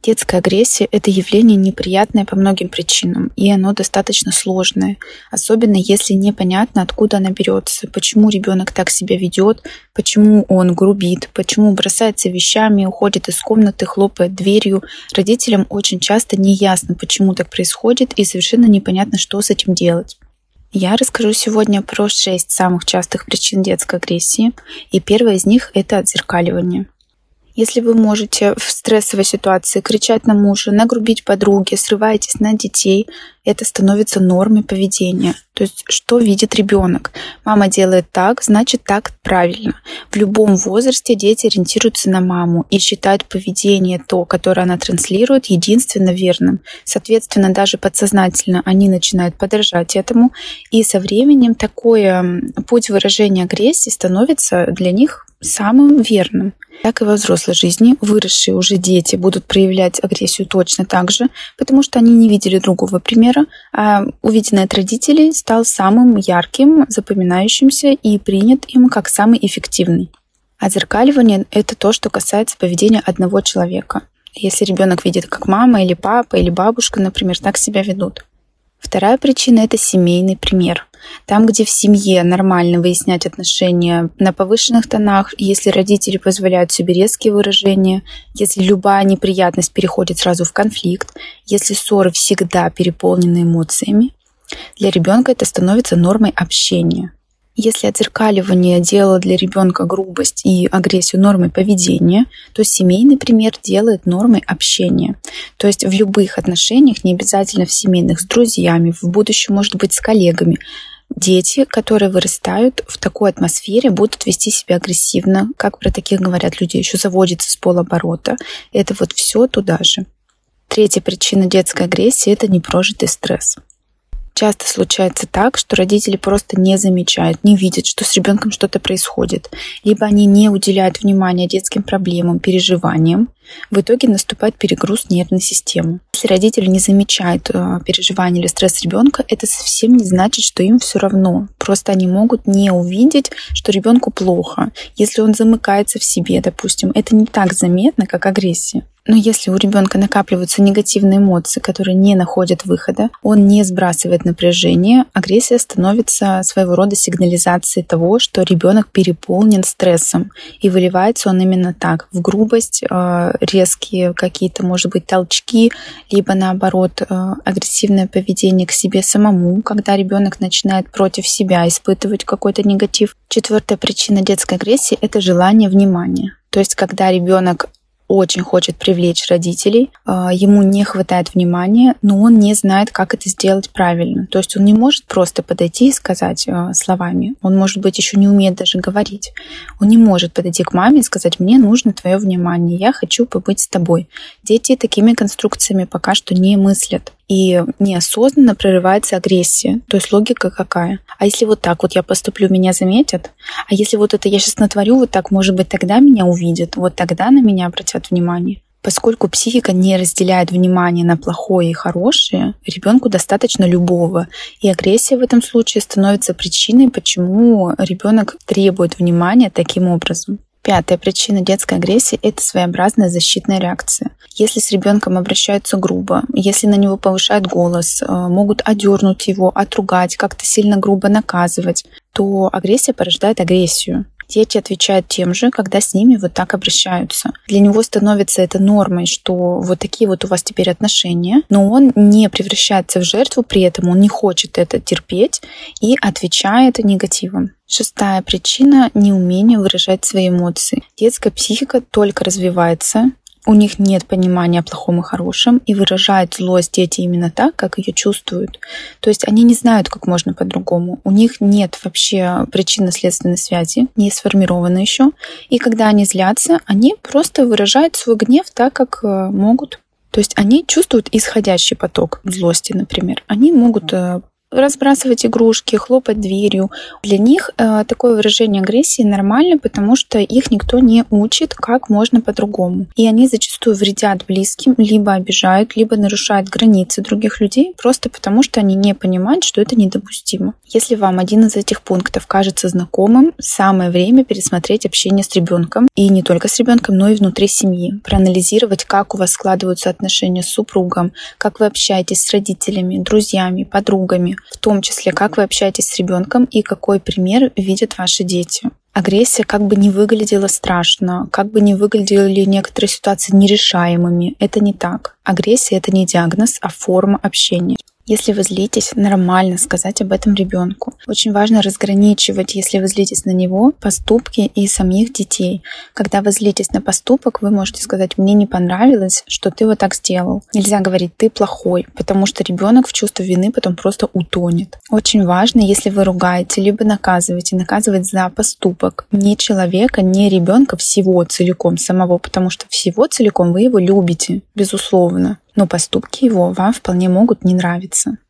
Детская агрессия — это явление неприятное по многим причинам, и оно достаточно сложное, особенно если непонятно, откуда она берется, почему ребенок так себя ведет, почему он грубит, почему бросается вещами, уходит из комнаты, хлопает дверью. Родителям очень часто не ясно, почему так происходит, и совершенно непонятно, что с этим делать. Я расскажу сегодня про 6 самых частых причин детской агрессии, и первая из них — это отзеркаливание. Если вы можете в стрессовой ситуации кричать на мужа, нагрубить подруге, срываетесь на детей, это становится нормой поведения. То есть, что видит ребенок? Мама делает так, значит, так правильно. В любом возрасте дети ориентируются на маму и считают поведение то, которое она транслирует, единственно верным. Соответственно, даже подсознательно они начинают подражать этому, и со временем такой путь выражения агрессии становится для них самым верным. Так и во взрослой жизни выросшие уже дети будут проявлять агрессию точно так же, потому что они не видели другого примера, а увиденный от родителей стал самым ярким, запоминающимся и принят им как самый эффективный. Отзеркаливание — это то, что касается поведения одного человека. Если ребенок видит, как мама или папа или бабушка, например, так себя ведут. Вторая причина — это семейный пример. Там, где в семье нормально выяснять отношения на повышенных тонах, если родители позволяют себе резкие выражения, если любая неприятность переходит сразу в конфликт, если ссоры всегда переполнены эмоциями, для ребенка это становится нормой общения. Если отзеркаливание делало для ребенка грубость и агрессию нормой поведения, то семейный пример делает нормой общения. То есть в любых отношениях, не обязательно в семейных, с друзьями, в будущем, может быть, с коллегами, дети, которые вырастают в такой атмосфере, будут вести себя агрессивно. Как про таких говорят люди, еще заводится с полоборота. Это вот все туда же. Третья причина детской агрессии — это непрожитый стресс. Часто случается так, что родители просто не замечают, не видят, что с ребенком что-то происходит, либо они не уделяют внимания детским проблемам, переживаниям. В итоге наступает перегруз нервной системы. Если родители не замечают переживания или стресс ребенка, это совсем не значит, что им все равно. Просто они могут не увидеть, что ребенку плохо. Если он замыкается в себе, допустим, это не так заметно, как агрессия. Но если у ребенка накапливаются негативные эмоции, которые не находят выхода, он не сбрасывает напряжение, агрессия становится своего рода сигнализацией того, что ребенок переполнен стрессом. И выливается он именно так, в грубость, резкие какие-то, может быть, толчки, либо наоборот, агрессивное поведение к себе самому, когда ребенок начинает против себя испытывать какой-то негатив. Четвертая причина детской агрессии — это желание внимания. То есть, когда ребенок очень хочет привлечь родителей, ему не хватает внимания, но он не знает, как это сделать правильно. То есть он не может просто подойти и сказать словами. Он, может быть, еще не умеет даже говорить. Он не может подойти к маме и сказать: «Мне нужно твое внимание, я хочу побыть с тобой». Дети такими конструкциями пока что не мыслят. И неосознанно прорывается агрессия. То есть логика какая? А если вот так вот я поступлю, меня заметят? А если вот это я сейчас натворю вот так, может быть, тогда меня увидят? Вот тогда на меня обратят внимание? Поскольку психика не разделяет внимание на плохое и хорошее, ребенку достаточно любого. И агрессия в этом случае становится причиной, почему ребенок требует внимания таким образом. Пятая причина детской агрессии — это своеобразная защитная реакция. Если с ребенком обращаются грубо, если на него повышают голос, могут одернуть его, отругать, как-то сильно грубо наказывать, то агрессия порождает агрессию. Дети отвечают тем же, когда с ними вот так обращаются. Для него становится это нормой, что вот такие вот у вас теперь отношения, но он не превращается в жертву, при этом он не хочет это терпеть и отвечает негативом. Шестая причина — неумение выражать свои эмоции. Детская психика только развивается, у них нет понимания о плохом и хорошем, и выражают злость дети именно так, как ее чувствуют. То есть они не знают, как можно по-другому. У них нет вообще причинно-следственной связи, не сформировано еще. И когда они злятся, они просто выражают свой гнев так, как могут. То есть они чувствуют исходящий поток злости, например. Они могут разбрасывать игрушки, хлопать дверью. Для них такое выражение агрессии нормально, потому что их никто не учит, как можно по-другому. И они зачастую вредят близким, либо обижают, либо нарушают границы других людей, просто потому что они не понимают, что это недопустимо. Если вам один из этих пунктов кажется знакомым, самое время пересмотреть общение с ребенком. И не только с ребенком, но и внутри семьи. Проанализировать, как у вас складываются отношения с супругом, как вы общаетесь с родителями, друзьями, подругами, в том числе, как вы общаетесь с ребенком и какой пример видят ваши дети. Агрессия как бы не выглядела страшно, как бы не выглядели некоторые ситуации нерешаемыми. Это не так. Агрессия — это не диагноз, а форма общения. Если вы злитесь, нормально сказать об этом ребенку. Очень важно разграничивать, если вы злитесь на него, поступки и самих детей. Когда вы злитесь на поступок, вы можете сказать: «Мне не понравилось, что ты вот так сделал». Нельзя говорить: «Ты плохой», потому что ребенок в чувство вины потом просто утонет. Очень важно, если вы ругаете либо наказываете, наказывать за поступок. Не человека, не ребенка всего целиком самого, потому что всего целиком вы его любите, безусловно. Но поступки его вам вполне могут не нравиться.